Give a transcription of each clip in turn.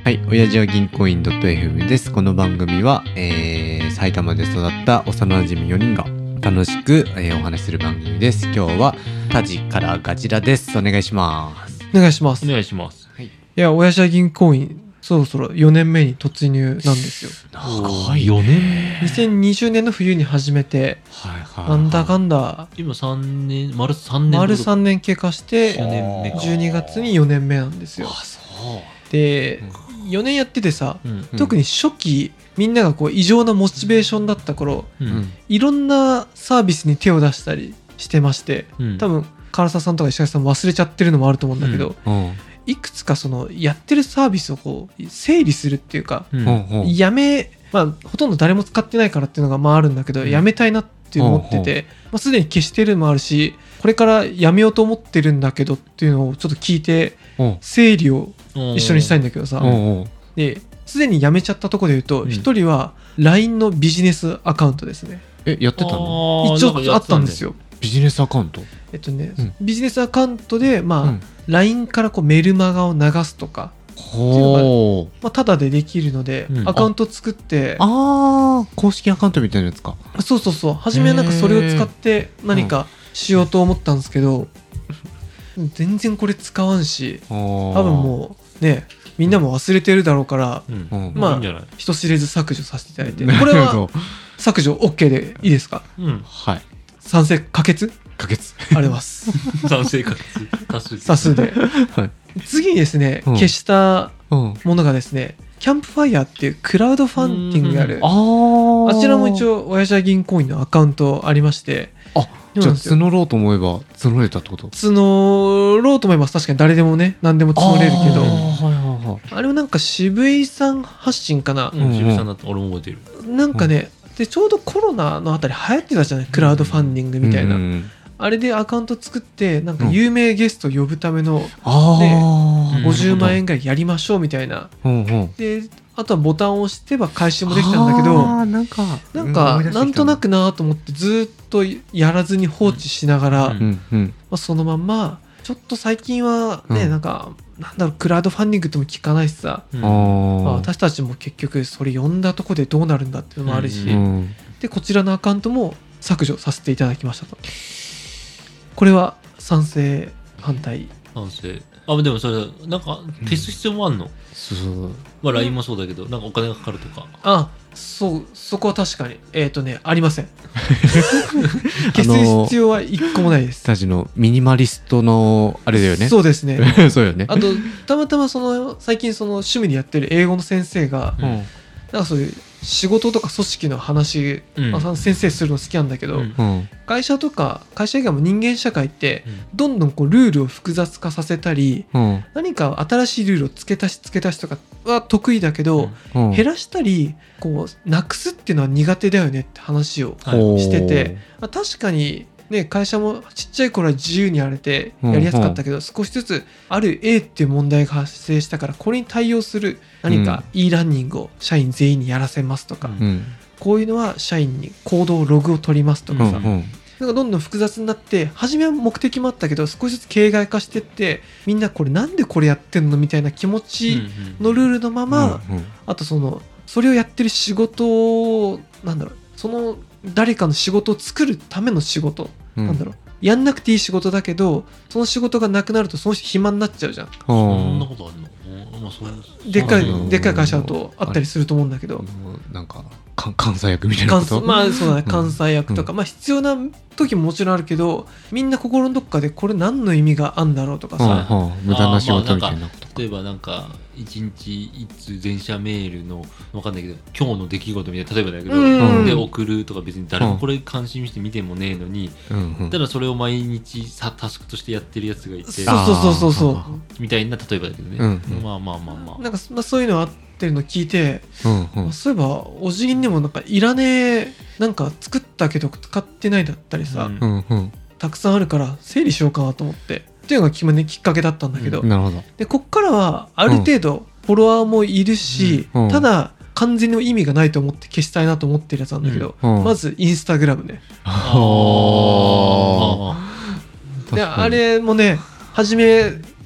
はい、親父は銀行員 .fm です。この番組は、埼玉で育った幼馴染4人が楽しく、お話しする番組です。今日はタジからガジラです。お願いします。 お願いします。 お願いします。 はい、いや、親父は銀行員そろそろ4年目に突入なんですよ。 長い。4年。 2020年の冬に始めて、なんだかんだ今3年、丸3年。 丸3年経過して 4年目か。 12月に4年目なんですよ。で、4年やっててさ、特に初期みんながこう異常なモチベーションだった頃、いろんなサービスに手を出したりしてまして、多分唐沢さんとか石垣さんも忘れちゃってるのもあると思うんだけど、いくつかそのやってるサービスをこう整理するっていうか、ほとんど誰も使ってないからっていうのがあるんだけど、やめたいなって思ってて、すでに消してるのもあるし、これからやめようと思ってるんだけどっていうのをちょっと聞いて、整理を一緒にしたいんだけどさ、ですでにやめちゃったところで言うと、一人は LINE のビジネスアカウントですね。 やってたの？ 一応あったんですよ。 ビジネスアカウント？ ビジネスアカウントでLINE からこうメルマガを流すとかっていうのがタダでできるので、アカウント作って、 公式アカウントみたいなやつか。 そう初めはなんかそれを使って何かしようと思ったんですけど、全然これ使わんし、多分もうね、みんなも忘れてるだろうから、人知れず削除させていただいて、これは削除 OK でいいですか？ はい。 賛成可決？ 可決。 ありがとうございます。 賛成可決。 多数で。次にですね、消したものがですね、キャンプファイヤーっていうクラウドファンディングがある、あちらも一応親父は銀行員のアカウントありまして、 じゃあ募ろうと思えば募れたってこと？ 募ろうと思います。確かに誰でもね、何でも募れるけど、あれはなんか渋井さん発信かな。 渋井さんだった。俺も覚えてる。 なんかね、でちょうどコロナのあたり流行ってたじゃない、クラウドファンディングみたいな。あれでアカウント作って、なんか有名ゲストを呼ぶための、50万円ぐらいやりましょうみたいな。で、あとはボタンを押してば回収もできたんだけど、なんとなくなと思ってずっとやらずに放置しながら、そのまんまちょっと最近はね、なんだろう、クラウドファンディングっても聞かないしさ、私たちも結局それ読んだとこでどうなるんだっていうのもあるし、でこちらのアカウントも削除させていただきましたと。これは賛成反対？ 賛成。でもそれなんか消す必要もあんの？LINE もそうだけど、なんかお金がかかるとか。 そこは確かにありません。消す必要は一個もないです。 たちのミニマリストのあれだよね。 そうですね。 そうよね。 あとたまたま最近趣味でやってる英語の先生が、なんかそういう仕事とか組織の話、先生するの好きなんだけど、会社とか会社以外も人間社会ってどんどんこうルールを複雑化させたり、何か新しいルールを付け足しとかは得意だけど、減らしたりこうなくすっていうのは苦手だよねって話をしてて、確かにね、会社もちっちゃい頃は自由にやれてやりやすかったけど、少しずつある A っていう問題が発生したから、これに対応する何か e ランニングを社員全員にやらせますとか、こういうのは社員に行動ログを取りますとかさ、なんかどんどん複雑になって、初めは目的もあったけど少しずつ形骸化してって、みんなこれなんでこれやってんのみたいな気持ちのルールのまま、あとそれをやってる仕事を誰かの仕事を作るための仕事、やんなくていい仕事だけど、その仕事がなくなるとその人暇になっちゃうじゃん。 そんなことあるの？ でっかい会社だとあったりすると思うんだけど、 なんか監査役みたいなこと？ そうだね、監査役とか、必要な時ももちろんあるけど、みんな心のどっかでこれ何の意味があるんだろうとかさ、 無駄な仕事みたいなこと。 例えばなんか1日1通全社メールの分かんないけど今日の出来事みたいな、例えばだけど、で送るとか、別に誰もこれ関心して見てもねえのに、ただそれを毎日タスクとしてやってるやつがいて、 そうみたいな、例えばだけどね、 なんかそういうのあってるの聞いて、そういえばお辞儀にもなんかいらねえ、なんか作ったけど使ってないだったりさ、たくさんあるから整理しようかなと思ってっていうのがきっかけだったんだけど、でこっからはある程度フォロワーもいるし、ただ完全に意味がないと思って消したいなと思ってるやつなんだけど、まずインスタグラムね。であれもね、初め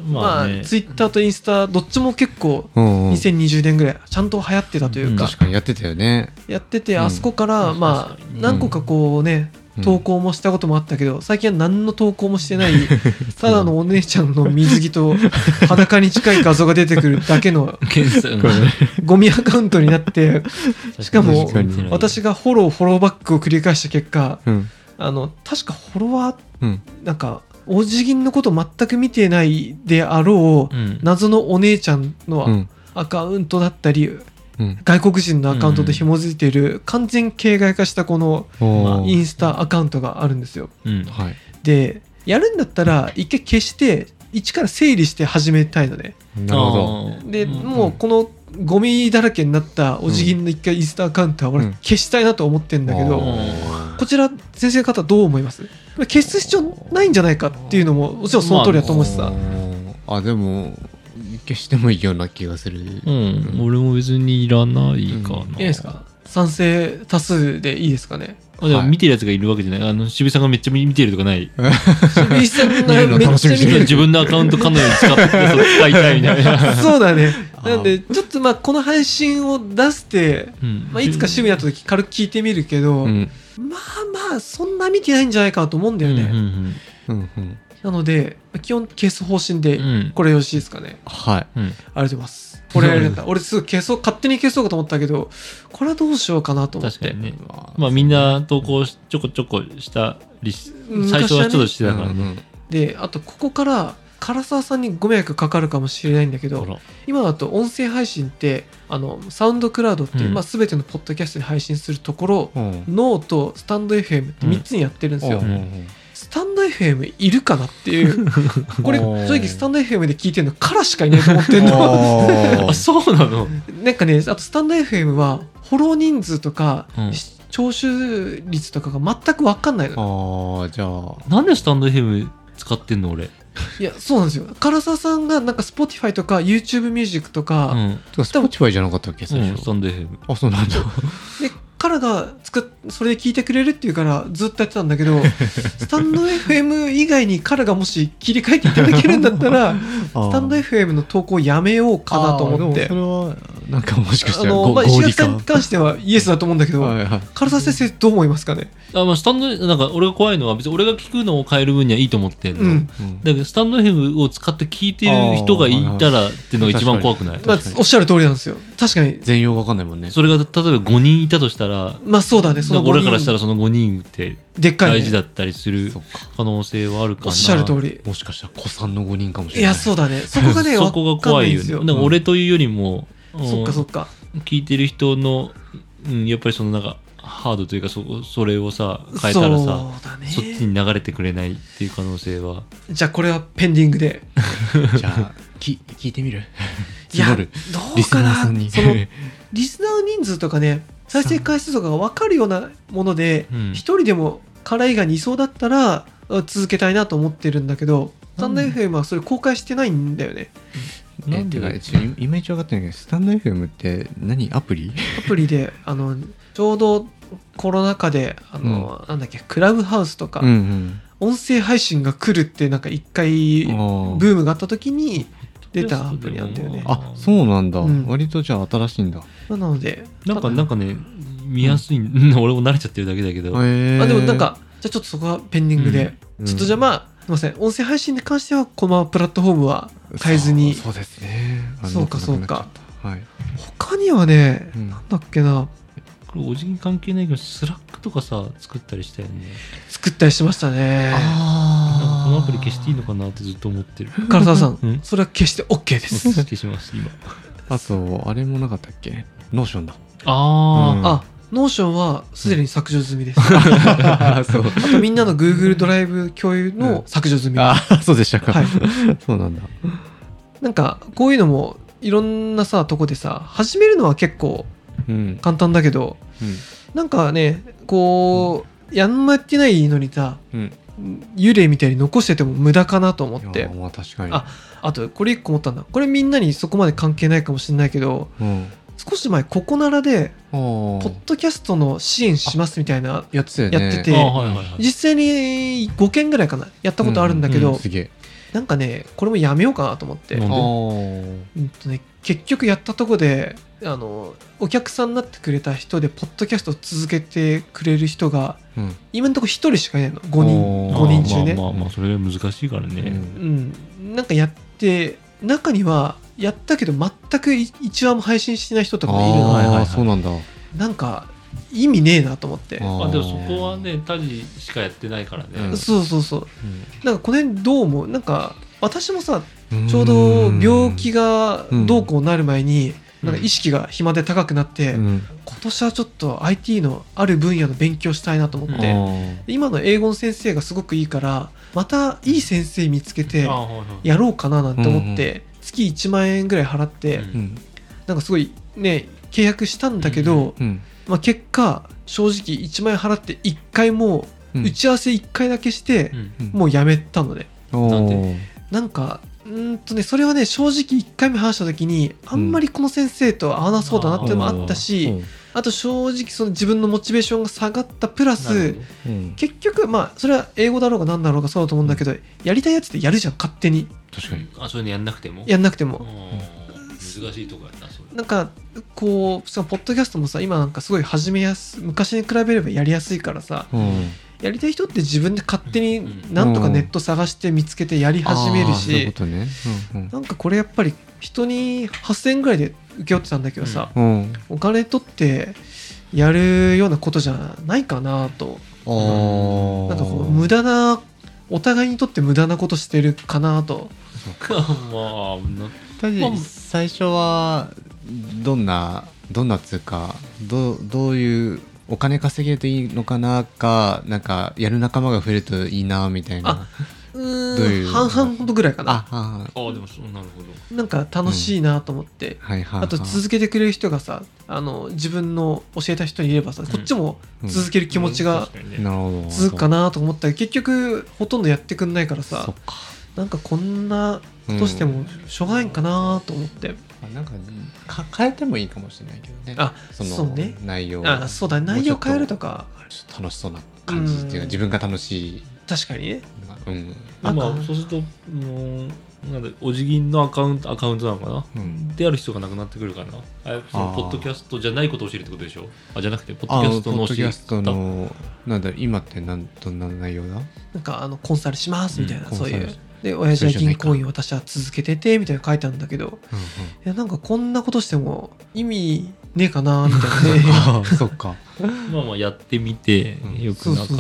まあツイッターとインスタどっちも結構2020年ぐらいちゃんと流行ってたというか、 確かにやってたよね。 やってて、あそこからまあ何個かこうね投稿もしたこともあったけど、最近は何の投稿もしてないただのお姉ちゃんの水着と裸に近い画像が出てくるだけのゴミアカウントになって、しかも私がフォローバックを繰り返した結果、確かフォロワーなんかお辞儀のこと全く見てないであろう謎のお姉ちゃんのアカウントだったり、外国人のアカウントと紐づいている完全形骸化したこのインスタアカウントがあるんですよ。でやるんだったら一回消して一から整理して始めたいのね。 なるほど。 でもうこのゴミだらけになったお辞儀の一回インスタアカウントは俺消したいなと思ってんだけど、こちら先生方どう思います？消す必要ないんじゃないかっていうのももちろんその通りだと思うしさ。 でも消してもいいような気がする。 俺も別にいらないかな。いいですか？賛成多数でいいですかね。 でも見てるやつがいるわけじゃない。渋井さんがめっちゃ見てるとかない。 渋井さんがめっちゃ見てる。 自分のアカウントかなり使って使いたいみたいな。 そうだね。なんでちょっとまあこの配信を出して、いつか趣味だった時軽く聞いてみるけど、まあそんな見てないんじゃないかなと思うんだよね。なので基本消す方針でこれよろしいですかね。 はい。 ありがとうございます。俺すぐ勝手に消そうかと思ったけど、これはどうしようかなと思って。 確かにね。まあみんな投稿ちょこちょこしたり最初はちょっとしてたからね。 であとここから唐沢さんにご迷惑かかるかもしれないんだけど、今だと音声配信ってサウンドクラウドっていう、全てのポッドキャストに配信するところ、ノートスタンド FM って3つにやってるんですよ。スタンド FM いるかなっていうこれ正直スタンド FM で聞いてるのからしかいないと思ってるのあ、そうなの？ なんかね、あとスタンド FM はフォロー人数とか、聴取率とかが全く分かんないの。 じゃあなんでスタンド FM 使ってんの俺。 いやそうなんですよ。唐沢さんがなんか Spotify とか YouTube ミュージックとか、 Spotify じゃなかったっけ最初。 スタンド FM。 あ、そうなんだ。 で彼がそれで聞いてくれるっていうからずっとやってたんだけどスタンド FM 以外に彼がもし切り替えていただけるんだったらスタンド FM の投稿やめようかなと思って。 それはなんかもしかしたら石垣さんに関してはイエスだと思うんだけど唐沢先生どう思いますかね。 スタンドなんか俺が怖いのは別に俺が聞くのを変える分にはいいと思ってんの、だけどスタンド FM を使って聞いてる人がいたらっていうのが一番怖くない？ おっしゃる通りなんですよ。確かに全容が分かんないもんね。 それが例えば5人いたとしたら、 まあそうだね、その5人俺からしたらその5人って大事だったりする可能性はあるかな。 おっしゃる通り。 もしかしたら子さんの5人かもしれない。 いやそうだね、そこがねそこが怖いよね。なんか俺というよりも、 そっか聞いてる人の、やっぱりそのなんかハードというかそれをさ変えたらさ そっちに流れてくれないっていう可能性は。 じゃあこれはペンディングでじゃあ聞いてみる。 いやどうかな。そのリスナー人数とかね再生回数とかが分かるようなもので一人でも彼以外にいそうだったら続けたいなと思ってるんだけど、スタンド FM はそれ公開してないんだよね。 なんでいまいち分かってないけど、スタンド FM って何？アプリでちょうどコロナ禍でなんだっけ、クラブハウスとか、音声配信が来るってなんか一回ブームがあった時に出たアプリなんだよね。 あ、そうなんだ、割とじゃあ新しいんだ。 なのでなんかね見やすい、俺も慣れちゃってるだけだけど、 でもなんかじゃあちょっとそこはペンディングで、ちょっとじゃあまあすいません、音声配信に関してはこのままプラットフォームは変えずに。 そうですね。 そうか、他にはね、なんだっけな、 これお辞儀関係ないけどスラックとかさ作ったりしたよね。 作ったりしましたね。 このアプリ消していいのかなってずっと思ってる。 唐沢さん、それは消して OK です。 消します今。 あとあれもなかったっけ、ノーションだ。 ノーションはすでに削除済みです。あとみんなの Google ドライブ共有の削除済み。 そうでしたか。そうなんだ。 なんかこういうのもいろんなさとこでさ始めるのは結構簡単だけど、なんかねこうやんまやってないのにさ、幽霊みたいに残してても無駄かなと思って。 確かに。 あとこれ1個思ったんだ。これみんなにそこまで関係ないかもしれないけど、少し前ココナラでポッドキャストの支援しますみたいなやってて、実際に5件ぐらいかなやったことあるんだけど、 なんかねこれもやめようかなと思って、結局やったとこでお客さんになってくれた人でポッドキャストを続けてくれる人が、今のところ1人しかいないの。5人中ね。 まあそれは難しいからね。 なんかやって中にはやったけど全く1話も配信してない人とかもいるの。 そうなんだ。 なんか意味ねえなと思って。 でもそこはねタジしかやってないからね。 そう、なんかこの辺どう思う？なんか私もさちょうど病気がどうこうなる前になんか意識が暇で高くなって、今年はちょっと IT のある分野の勉強したいなと思って、今の英語の先生がすごくいいからまたいい先生見つけてやろうかななんて思って、月1万円ぐらい払って、なんかすごいね契約したんだけど、結果正直1万円払って1回も打ち合わせ1回だけして、もうやめたので、なんかそれはね正直1回目話した時にあんまりこの先生と合わなそうだなっていうのもあったし、あと正直その自分のモチベーションが下がったプラス、結局まあそれは英語だろうが何だろうがそうだと思うんだけど、やりたいやつってやるじゃん勝手に。 確かに。そういうのやんなくても難しいとこやな。 なんかこうそのポッドキャストもさ今なんかすごい始めやす昔に比べればやりやすいからさ、やりたい人って自分で勝手になんとかネット探して見つけてやり始めるし、なんかこれやっぱり人に8000円ぐらいで請け負ってたんだけどさ、お金取ってやるようなことじゃないかなと。なんかこう無駄なお互いにとって無駄なことしてるかなと。 最初はどんなつうかどういうお金稼げるといいのかなか、なんかやる仲間が増えるといいなみたいな。 半々ほどぐらいかな。 でもそうなるほど。 なんか楽しいなと思って、あと続けてくれる人がさ自分の教えた人にいればさ、こっちも続ける気持ちが続くかなと思ったら、結局ほとんどやってくんないからさ、なんかこんなことしてもしょうがないかなと思って、 なんか変えてもいいかもしれないけどね。 そうね。 内容。 そうだ、内容変えるとか楽しそうな感じっていうか、自分が楽しい。 確かにね。 そうするとなんでお辞儀のアカウントなのかな、である必要がなくなってくるかな。そのポッドキャストじゃないことを教えるってことでしょ。じゃなくてポッドキャストの教え方。 なんだ今ってどんな内容だ。 なんかコンサルしますみたいな、そういうで親父は銀行員私は続けててみたいな書いてあるんだけど、いやなんかこんなことしても意味ねえかなみたいなね。 そっか。 まあやってみてよくなかった。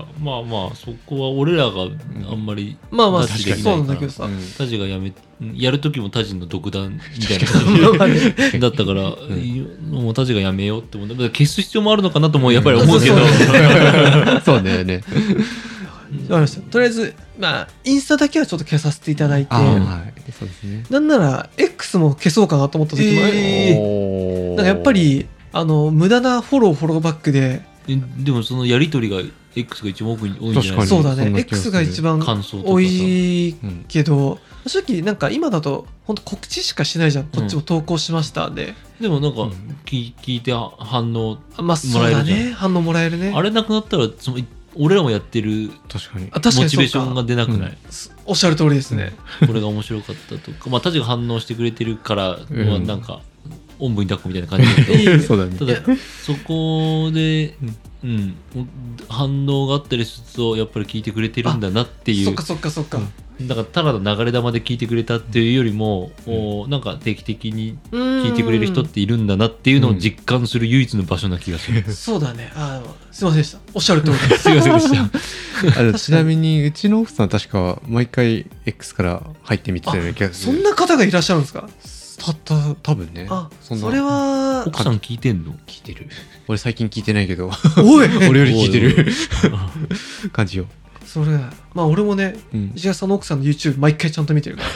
まあそこは俺らがあんまり確かにそうなんだけどさ、 タジがやる時もタジの独断みたいな感じだったから、もうタジがやめようって思った。消す必要もあるのかなともやっぱり思うけど。 そうだよね。 わかりました。とりあえずインスタだけはちょっと消させていただいて、 そうですね。 なんなら X も消そうかなと思った時もなんかやっぱり無駄なフォローバックで。 でもそのやり取りが X が一番多いんじゃないですか。 そうだね。X が一番多いけど、正直なんか今だと本当告知しかしないじゃん。こっちも投稿しましたで。 でもなんか聞いて反応もらえるじゃん。反応もらえるね。 あれなくなったら俺らもやってるモチベーションが出なくない？ おっしゃる通りですね。 これが面白かったとか、タジが反応してくれてるからなんかおんぶに抱っこみたいな感じだけど、ただそこで反応があったりするとやっぱり聞いてくれてるんだなっていう。 そっか。 だからただの流れ玉で聞いてくれたっていうよりも、なんか定期的に聞いてくれる人っているんだなっていうのを実感する唯一の場所な気がする。 そうだね。すいませんでした。おっしゃる通りです。 すいませんでした。 ちなみにうちの奥さん確か毎回 X から入ってみてたような気がする。 そんな方がいらっしゃるんですか？ 多分ね。 それは奥さん聞いてんの？ 聞いてる。俺最近聞いてないけど。 おい俺より聞いてる感じよ。 それ俺もね、石垣さんの奥さんの YouTube 毎回ちゃんと見てるから。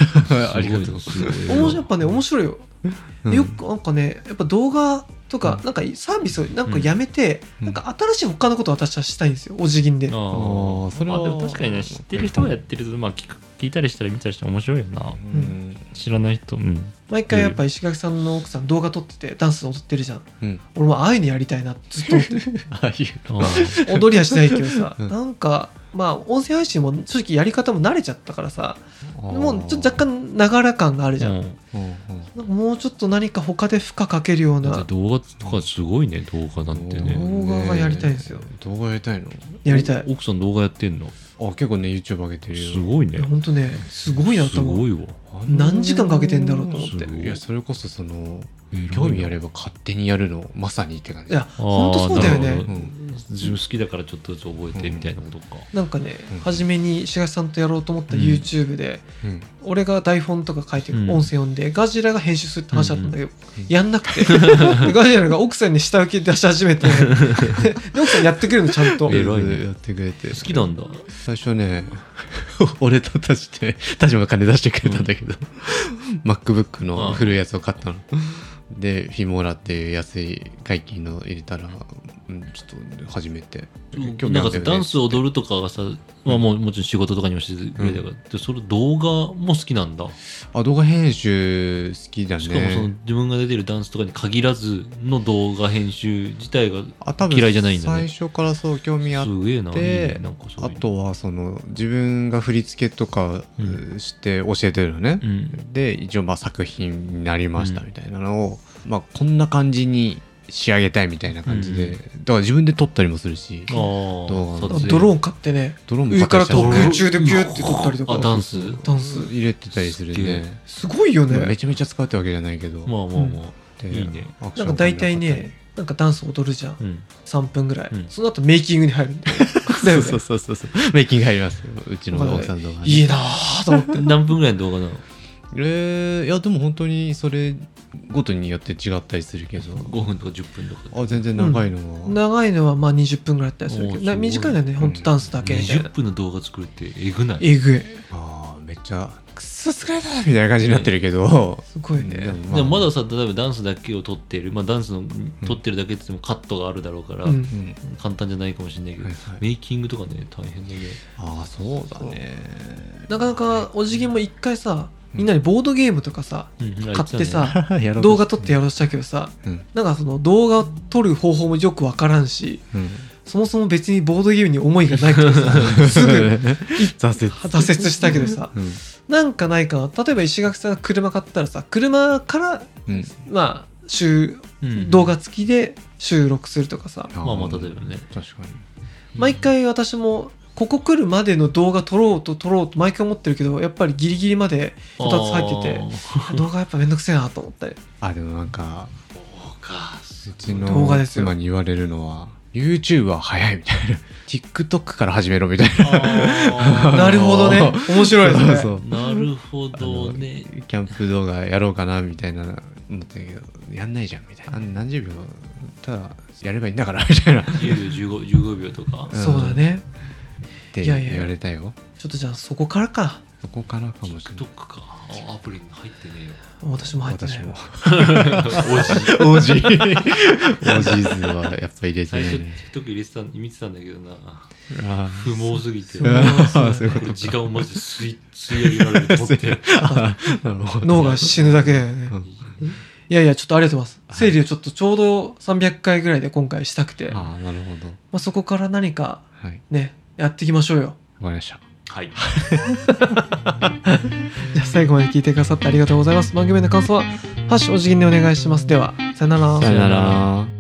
ありがとう。 やっぱね面白いよ。よくなんかねやっぱ動画とかなんかサービスをなんかやめて、なんか新しい他のことを私はしたいんですよ、お辞儀で。 それはでも確かにね、知ってる人がやってると聞いたりしたら見たりしたら面白いよな。知らない人。 毎回やっぱ石垣さんの奥さん動画撮っててダンス踊ってるじゃん。俺もああいうのやりたいなってずっと思ってる。踊りはしないけどさ、なんかまあ音声配信も正直やり方も慣れちゃったからさ、もうちょっと若干ながら感があるじゃん、なんかもうちょっと何か他で負荷かけるような。 動画とかすごいね、動画なんてね。 動画がやりたいんですよ。 動画やりたいの？ やりたい。 奥さん動画やってんの？ 結構ね YouTube 上げてるよ。 すごいね。 ほんとね、すごいなと思う。 すごいわ。 何時間かけてんだろうと思って。 いやそれこそその興味あれば勝手にやるのまさにって感じ。 いやほんとそうだよね。 自分好きだからちょっとずつ覚えてみたいなことか。 なんかね、初めに志賀さんとやろうと思った YouTube で、俺が台本とか書いて音声読んでガジラが編集するって話だったんだけど、やんなくてガジラが奥さんに下請け出し始めてで奥さんやってくれるのちゃんと。 偉いね。やってくれて好きなんだ。 最初ね俺とタジも金出してくれたんだけどMacBook の古いやつを買ったのでフィモーラっていう安い会計の入れたら、ちょっと初めてなんかダンス踊るとかがさ、まあ、もちろん仕事とかにもしてくれたから、それ動画も好きなんだ。 動画編集好きだね。 しかもその自分が出てるダンスとかに限らずの動画編集自体が嫌いじゃないんだね。 最初からそう興味あって、 すげえな。なんかそういうあとはその自分が振り付けとかして教えてるのね、で一応まあ作品になりましたみたいなのを、まあこんな感じに仕上げたいみたいな感じで、だから自分で撮ったりもするし、 ドローン買ってね、上から空中でビューって撮ったりとか、 ダンス入れてたりするね。 すごいよね。 めちゃめちゃ使うってわけじゃないけど、 まあいいね。 なんか大体ね、なんかダンス踊るじゃん、3分ぐらい、その後メイキングに入るんだよ。 そうメイキング入りますよ、うちの奥さんの動画。 いいなぁと思って。 何分ぐらいの動画なの？ いやでも本当にそれごとによって違ったりするけど、 5分とか10分とか。 全然長いのは、 長いのはまあ20分ぐらいだったりするけど、短いのはね本当ダンスだけみたいな。 20分の動画作るってえぐない？ えぐい。 めっちゃクソ疲れたみたいな感じになってるけど、 すごいね。 でもまださ、例えばダンスだけを撮ってる、まあダンスの撮ってるだけって言ってもカットがあるだろうから、簡単じゃないかもしれないけど、メイキングとかね大変だね。 そうだね。 なかなかおじぎも一回さ、みんなでボードゲームとかさ、買ってさ、動画撮ってやろうとしたけどさ、なんかその動画を撮る方法もよくわからんし、そもそも別にボードゲームに思いがないからさ、すぐ挫折したけどさ、なんかないかな。例えば石垣さんが車買ったらさ、車からまあ動画付きで収録するとかさ、 まあ例えばね、 確かに毎回私もここ来るまでの動画撮ろうと毎回思ってるけど、やっぱりギリギリまでこたつ入ってて、動画やっぱめんどくせえなと思ったり。 でもなんかうち動画ですよ。 の妻に言われるのは YouTube は早いみたいなTikTok から始めろみたいな。 なるほどね。面白いですね。 そうなるほどね。 キャンプ動画やろうかなみたいな思ったけど、やんないじゃんみたいな。何十秒ただやればいいんだからみたいな。 10秒15秒とか。 そうだね。 って言われたよ。 ちょっとじゃあそこからか。 そこからかもしれない。 TikTok か。アプリに入ってねえよ。 私も入ってないよ。 オージーズはやっぱ入れて最初ね。 TikTok 見てたんだけどな。不毛すぎて。時間をマジで吸い上げられると思って。 脳が死ぬだけだよね。いやいや、ちょっとありがとうございます。整理をちょうど300回ぐらいで今回したくて。 なるほど。 そこから何かね、やっていきましょうよ。 わかりました。 はい。 じゃあ最後まで聞いてくださってありがとうございます。番組の感想はハッシュお辞儀でお願いします。ではさよなら。 さよなら。